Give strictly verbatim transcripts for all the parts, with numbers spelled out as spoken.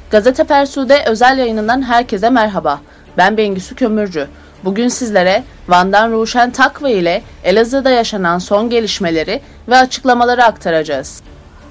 Gazete Fersude özel yayınından herkese merhaba. Ben Bengisu Kömürcü. Bugün sizlere Van'dan Ruşen Takva ile Elazığ'da yaşanan son gelişmeleri ve açıklamaları aktaracağız.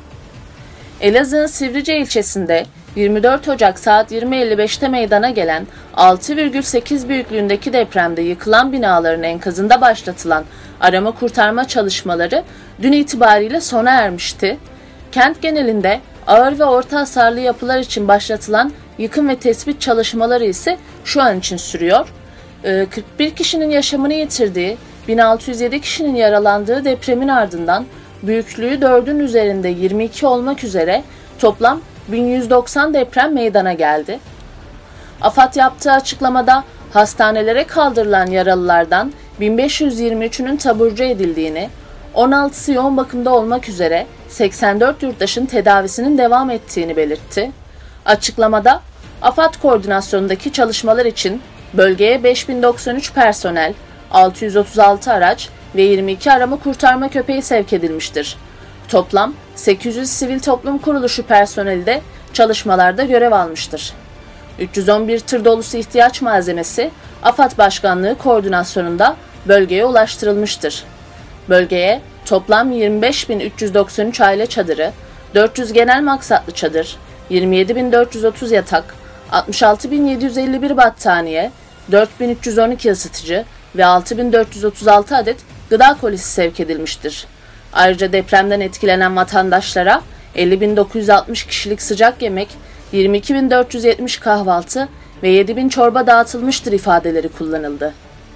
Elazığ'ın Sivrice ilçesinde yirmi dört Ocak saat yirmi elli beşte meydana gelen altı virgül sekiz büyüklüğündeki depremde yıkılan binaların enkazında başlatılan arama kurtarma çalışmaları dün itibariyle sona ermişti. Kent genelinde ağır ve orta hasarlı yapılar için başlatılan yıkım ve tespit çalışmaları ise şu an için sürüyor. kırk bir kişinin yaşamını yitirdiği, bin altı yüz yedi kişinin yaralandığı depremin ardından büyüklüğü dördün üzerinde yirmi iki olmak üzere toplam bin yüz doksan deprem meydana geldi. AFAD yaptığı açıklamada hastanelere kaldırılan yaralılardan bin beş yüz yirmi üçünün taburcu edildiğini, on altısı yoğun bakımda olmak üzere seksen dört yurttaşın tedavisinin devam ettiğini belirtti. Açıklamada AFAD koordinasyonundaki çalışmalar için bölgeye beş bin doksan üç personel, altı yüz otuz altı araç ve yirmi iki arama kurtarma köpeği sevk edilmiştir. Toplam sekiz yüz sivil toplum kuruluşu personeli de çalışmalarda görev almıştır. üç yüz on bir tır dolusu ihtiyaç malzemesi AFAD Başkanlığı koordinasyonunda bölgeye ulaştırılmıştır. Bölgeye toplam yirmi beş bin üç yüz doksan üç aile çadırı, dört yüz genel maksatlı çadır, yirmi yedi bin dört yüz otuz yatak, altmış altı bin yedi yüz elli bir battaniye, dört bin üç yüz on iki ısıtıcı ve altı bin dört yüz otuz altı adet gıda kolisi sevk edilmiştir. Ayrıca depremden etkilenen vatandaşlara elli bin dokuz yüz altmış kişilik sıcak yemek, yirmi iki bin dört yüz yetmiş kahvaltı ve yedi bin çorba dağıtılmıştır ifadeleri kullanıldı.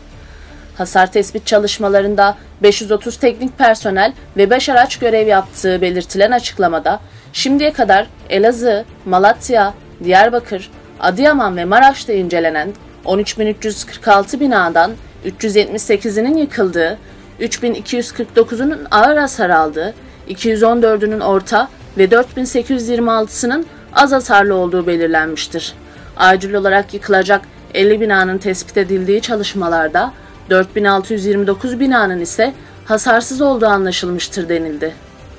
Hasar tespit çalışmalarında beş yüz otuz teknik personel ve beş araç görev yaptığı belirtilen açıklamada şimdiye kadar Elazığ, Malatya, Diyarbakır, Adıyaman ve Maraş'ta incelenen on üç bin üç yüz kırk altı binadan üç yüz yetmiş sekizinin yıkıldığı, üç bin iki yüz kırk dokuzunun ağır hasar aldığı, iki yüz on dördünün orta ve dört bin sekiz yüz yirmi altısının az hasarlı olduğu belirlenmiştir. Acil olarak yıkılacak elli binanın tespit edildiği çalışmalarda dört bin altı yüz yirmi dokuz binanın ise hasarsız olduğu anlaşılmıştır denildi.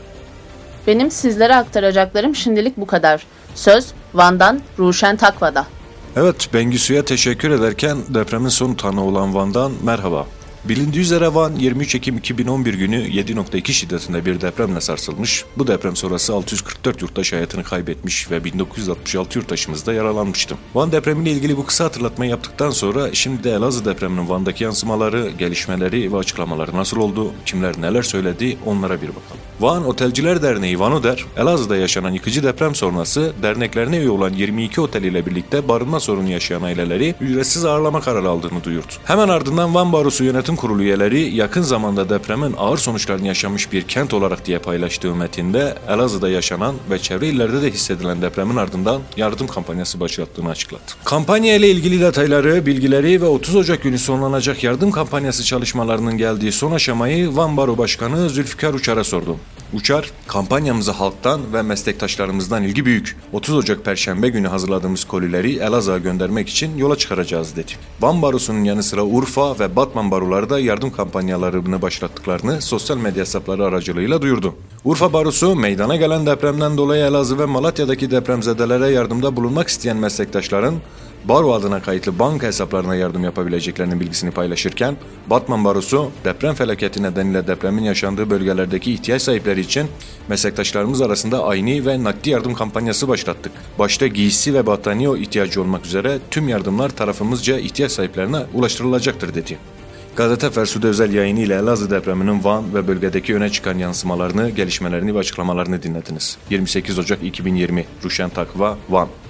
Benim sizlere aktaracaklarım şimdilik bu kadar. Söz Van'dan Ruşen Takva'da. Evet, Bengisu'ya teşekkür ederken depremin son tanığı olan Van'dan merhaba. Bilindiği üzere Van yirmi üç Ekim iki bin on bir günü yedi nokta iki şiddetinde bir depremle sarsılmış. Bu deprem sonrası altı yüz kırk dört yurttaş hayatını kaybetmiş ve bin dokuz yüz altmış altı yurttaşımız da yaralanmıştı. Van depremiyle ilgili bu kısa hatırlatmayı yaptıktan sonra şimdi de Elazığ depreminin Van'daki yansımaları, gelişmeleri ve açıklamaları nasıl oldu, kimler neler söyledi onlara bir bakalım. Van Otelciler Derneği Vanoder, Elazığ'da yaşanan yıkıcı deprem sonrası derneklerine üye olan yirmi iki otel ile birlikte barınma sorunu yaşayan aileleri ücretsiz ağırlama kararı aldığını duyurdu. Hemen ardından Van Barosu Yönetim Kurulu üyeleri yakın zamanda depremin ağır sonuçlarını yaşamış bir kent olarak diye paylaştığı metinde Elazığ'da yaşanan ve çevre illerde de hissedilen depremin ardından yardım kampanyası başlattığını açıkladı. Kampanya ile ilgili detayları, bilgileri ve otuz Ocak günü sonlanacak yardım kampanyası çalışmalarının geldiği son aşamayı Van Baro Başkanı Zülfikar Uçar'a sordum. Uçar, kampanyamıza halktan ve meslektaşlarımızdan ilgi büyük. otuz Ocak Perşembe günü hazırladığımız kolileri Elazığ'a göndermek için yola çıkaracağız dedi. Van Barosu'nun yanı sıra Urfa ve Batman Baroları da yardım kampanyalarını başlattıklarını sosyal medya hesapları aracılığıyla duyurdu. Urfa Barosu, meydana gelen depremden dolayı Elazığ ve Malatya'daki depremzedelere yardımda bulunmak isteyen meslektaşların Baro adına kayıtlı banka hesaplarına yardım yapabileceklerinin bilgisini paylaşırken, Batman Barosu, deprem felaketi nedeniyle depremin yaşandığı bölgelerdeki ihtiyaç sahipleri için meslektaşlarımız arasında ayni ve nakdi yardım kampanyası başlattık. Başta giysi ve battaniye ihtiyacı olmak üzere tüm yardımlar tarafımızca ihtiyaç sahiplerine ulaştırılacaktır dedi. Gazete Fersude özel yayını ile Elazığ depreminin Van ve bölgedeki öne çıkan yansımalarını, gelişmelerini ve açıklamalarını dinlediniz. yirmi sekiz Ocak iki bin yirmi Ruşen Takva, Van.